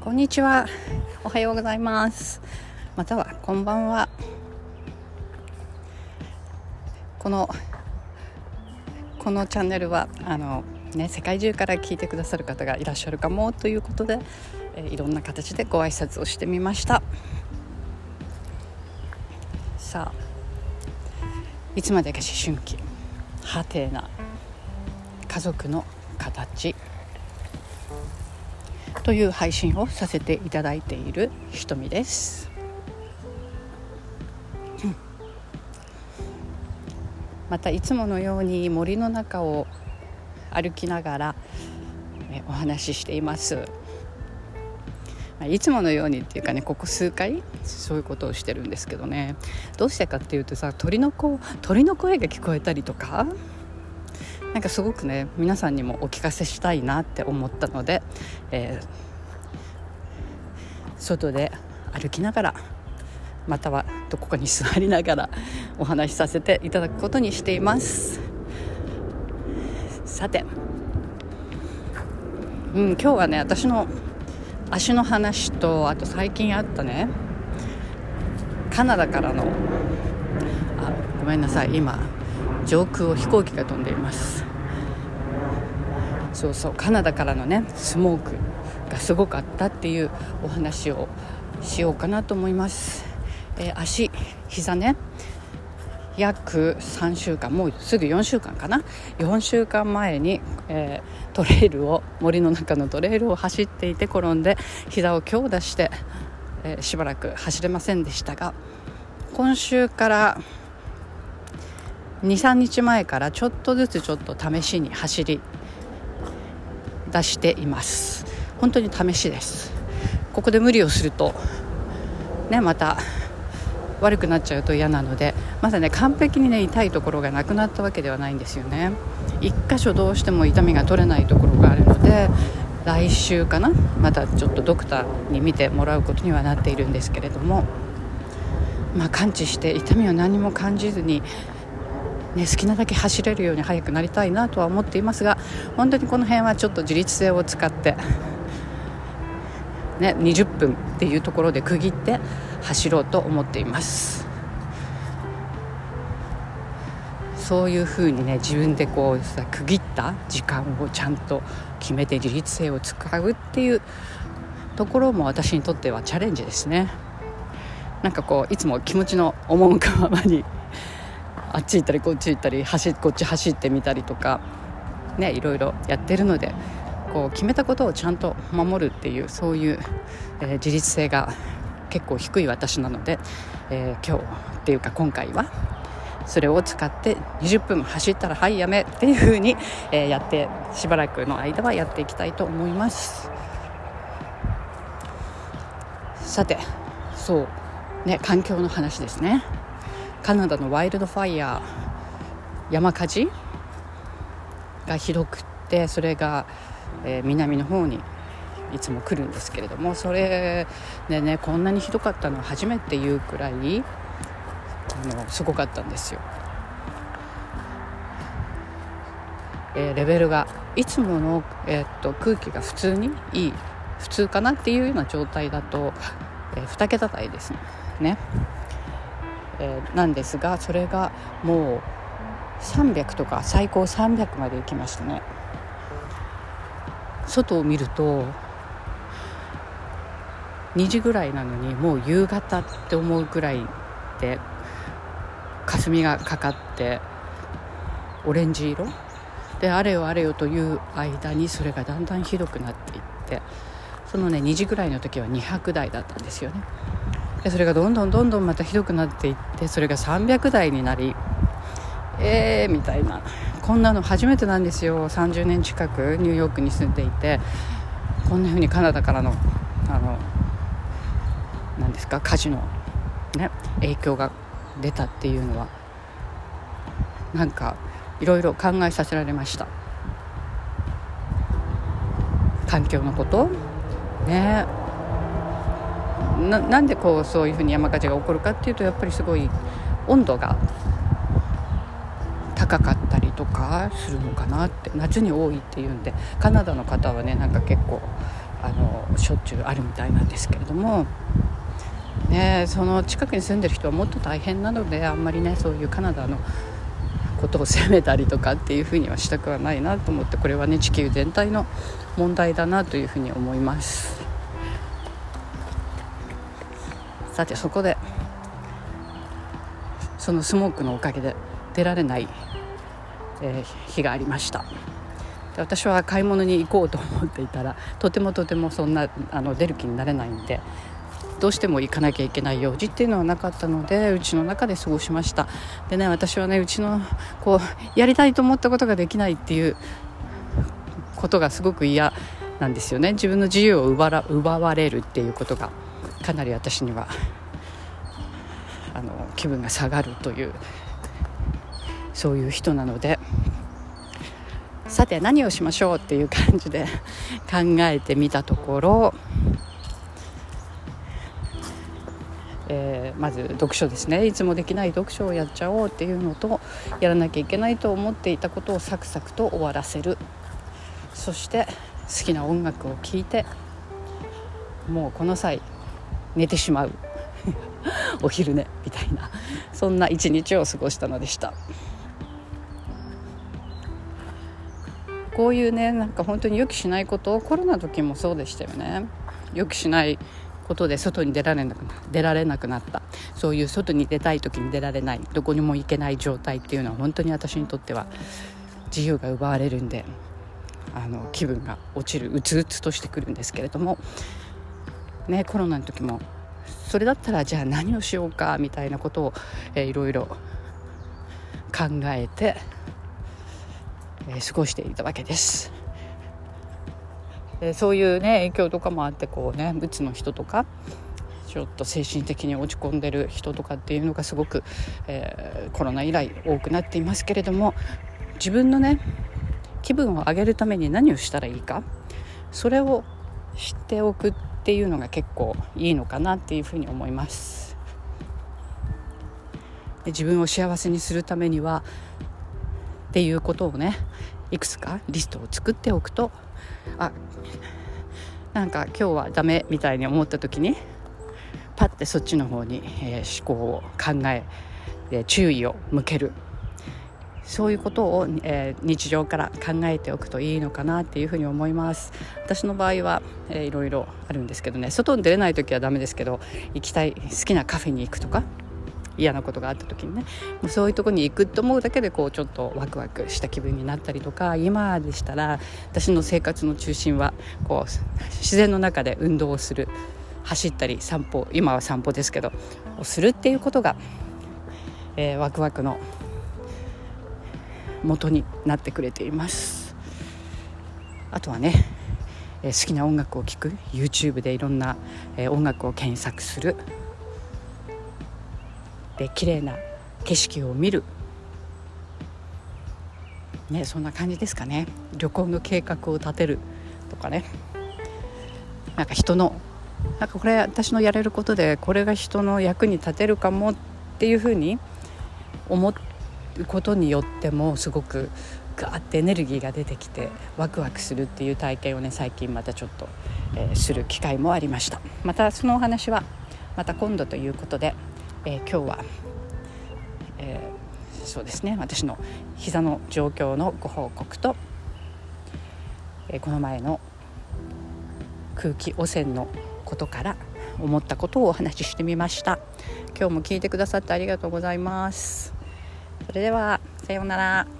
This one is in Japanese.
こんにちは、おはようございます、またはこんばんは。このチャンネルは世界中から聞いてくださる方がいらっしゃるかもということで、いろんな形でご挨拶をしてみました。さあ、いつまでか思春期、はてな家族の形という配信をさせていただいているひとみです。またいつものように森の中を歩きながらお話ししています。いつものようにっていうかね、ここ数回そういうことをしてるんですけどね、どうしてかっていうとさ、鳥の声が聞こえたりとか、なんかすごくね、皆さんにもお聞かせしたいなって思ったので、外で歩きながら、またはどこかに座りながらお話しさせていただくことにしています。さて、今日はね、私の足の話と、あと最近あったね、カナダからのごめんなさい、今上空を飛行機が飛んでいます。そうカナダからのね、スモークがすごかったっていうお話をしようかなと思います。膝ね、約3週間、もうすぐ4週間かな、4週間前に、森の中のトレイルを走っていて転んで膝を強打して、しばらく走れませんでしたが、今週から2、3日前からちょっとずつ試しに走り出しています。本当に試しです。ここで無理をするとね、また悪くなっちゃうと嫌なので、まだね、完璧にね、痛いところがなくなったわけではないんですよね。一箇所どうしても痛みが取れないところがあるので、来週かな、またちょっとドクターに見てもらうことにはなっているんですけれども、完治して痛みを何も感じずに好きなだけ走れるように早くなりたいなとは思っていますが、本当にこの辺はちょっと自律性を使って、20分っていうところで区切って走ろうと思っています。そういうふうにね、自分で区切った時間をちゃんと決めて自律性を使うっていうところも私にとってはチャレンジですね。なんかいつも気持ちの赴くままにあっち行ったりこっち行ったり、こっち走ってみたりとかね、いろいろやってるので、決めたことをちゃんと守るっていう、そういう、自律性が結構低い私なので、今日っていうか今回はそれを使って20分走ったらはいやめっていう風に、やって、しばらくの間はやっていきたいと思います。さて、環境の話ですね。カナダのワイルドファイヤー、山火事がひどくって、それが、南の方にいつも来るんですけれども、それでね、こんなにひどかったのは初めて言うくらいすごかったんですよ。レベルがいつもの、空気が普通かなっていうような状態だと、2桁台ですね、なんですが、それがもう300とか最高300まで行きましたね。外を見ると2時ぐらいなのにもう夕方って思うくらいで、霞がかかってオレンジ色で、あれよあれよという間にそれがだんだんひどくなっていって、そのね、2時ぐらいの時は200台だったんですよね。でそれがどんどんまたひどくなっていって、それが300台になり、みたいな、こんなの初めてなんですよ。30年近くニューヨークに住んでいて、こんな風にカナダからの何ですか、火事のね、影響が出たっていうのは、なんかいろいろ考えさせられました。環境のことね、なんでそういうふうに山火事が起こるかっていうと、やっぱりすごい温度が高かったりとかするのかなって。夏に多いっていうんで、カナダの方はね、なんか結構しょっちゅうあるみたいなんですけれども、ね、その近くに住んでる人はもっと大変なので、あんまりねそういうカナダのことを責めたりとかっていうふうにはしたくはないなと思って、これはね地球全体の問題だなというふうに思います。さて、そこでそのスモークのおかげで出られない、日がありました。で、私は買い物に行こうと思っていたら、とてもそんな出る気になれないんで、どうしても行かなきゃいけない用事っていうのはなかったので、うちの中で過ごしました。でね、私はね、うちのやりたいと思ったことができないっていうことがすごく嫌なんですよね。自分の自由を奪われるっていうことがかなり私には気分が下がるという、そういう人なので、さて何をしましょうっていう感じで考えてみたところ、まず読書ですね。いつもできない読書をやっちゃおうっていうのと、やらなきゃいけないと思っていたことをサクサクと終わらせる。そして好きな音楽を聴いて、もうこの際寝てしまうお昼寝みたいな、そんな一日を過ごしたのでした。こういうね、なんか本当に予期しないこと、コロナの時もそうでしたよね。予期しないことで外に出られなくなった、そういう外に出たい時に出られない、どこにも行けない状態っていうのは本当に私にとっては自由が奪われるんで、気分が落ちる、うつうつとしてくるんですけれどもね、コロナの時もそれだったらじゃあ何をしようかみたいなことを、いろいろ考えて、過ごしていたわけです。そういうね影響とかもあって、うつの人とかちょっと精神的に落ち込んでる人とかっていうのがすごく、コロナ以来多くなっていますけれども、自分のね気分を上げるために何をしたらいいか、それを知っておくっていうのが結構いいのかなっていうふうに思います。で、自分を幸せにするためにはっていうことをね、いくつかリストを作っておくと、なんか今日はダメみたいに思った時にパッてそっちの方に、思考を考え、注意を向ける、そういうことを、日常から考えておくといいのかなっていうふうに思います。私の場合は、いろいろあるんですけどね、外に出れない時はダメですけど、好きなカフェに行くとか、嫌なことがあった時にね、もうそういうところに行くと思うだけでちょっとワクワクした気分になったりとか、今でしたら私の生活の中心は自然の中で運動をする、走ったり散歩、今は散歩ですけどをするっていうことが、ワクワクの元になってくれています。あとはね、好きな音楽を聴く、 YouTube でいろんな、音楽を検索する、で綺麗な景色を見る、ね、そんな感じですかね。旅行の計画を立てるとかね、なんかこれ私のやれることでこれが人の役に立てるかもっていうふうに思うことによっても、すごくガーってエネルギーが出てきてワクワクするっていう体験をね、最近またちょっと、する機会もありました。またそのお話はまた今度ということで、今日は、そうですね、私の膝の状況のご報告と、この前の空気汚染のことから思ったことをお話ししてみました。今日も聞いてくださってありがとうございます。それではさようなら。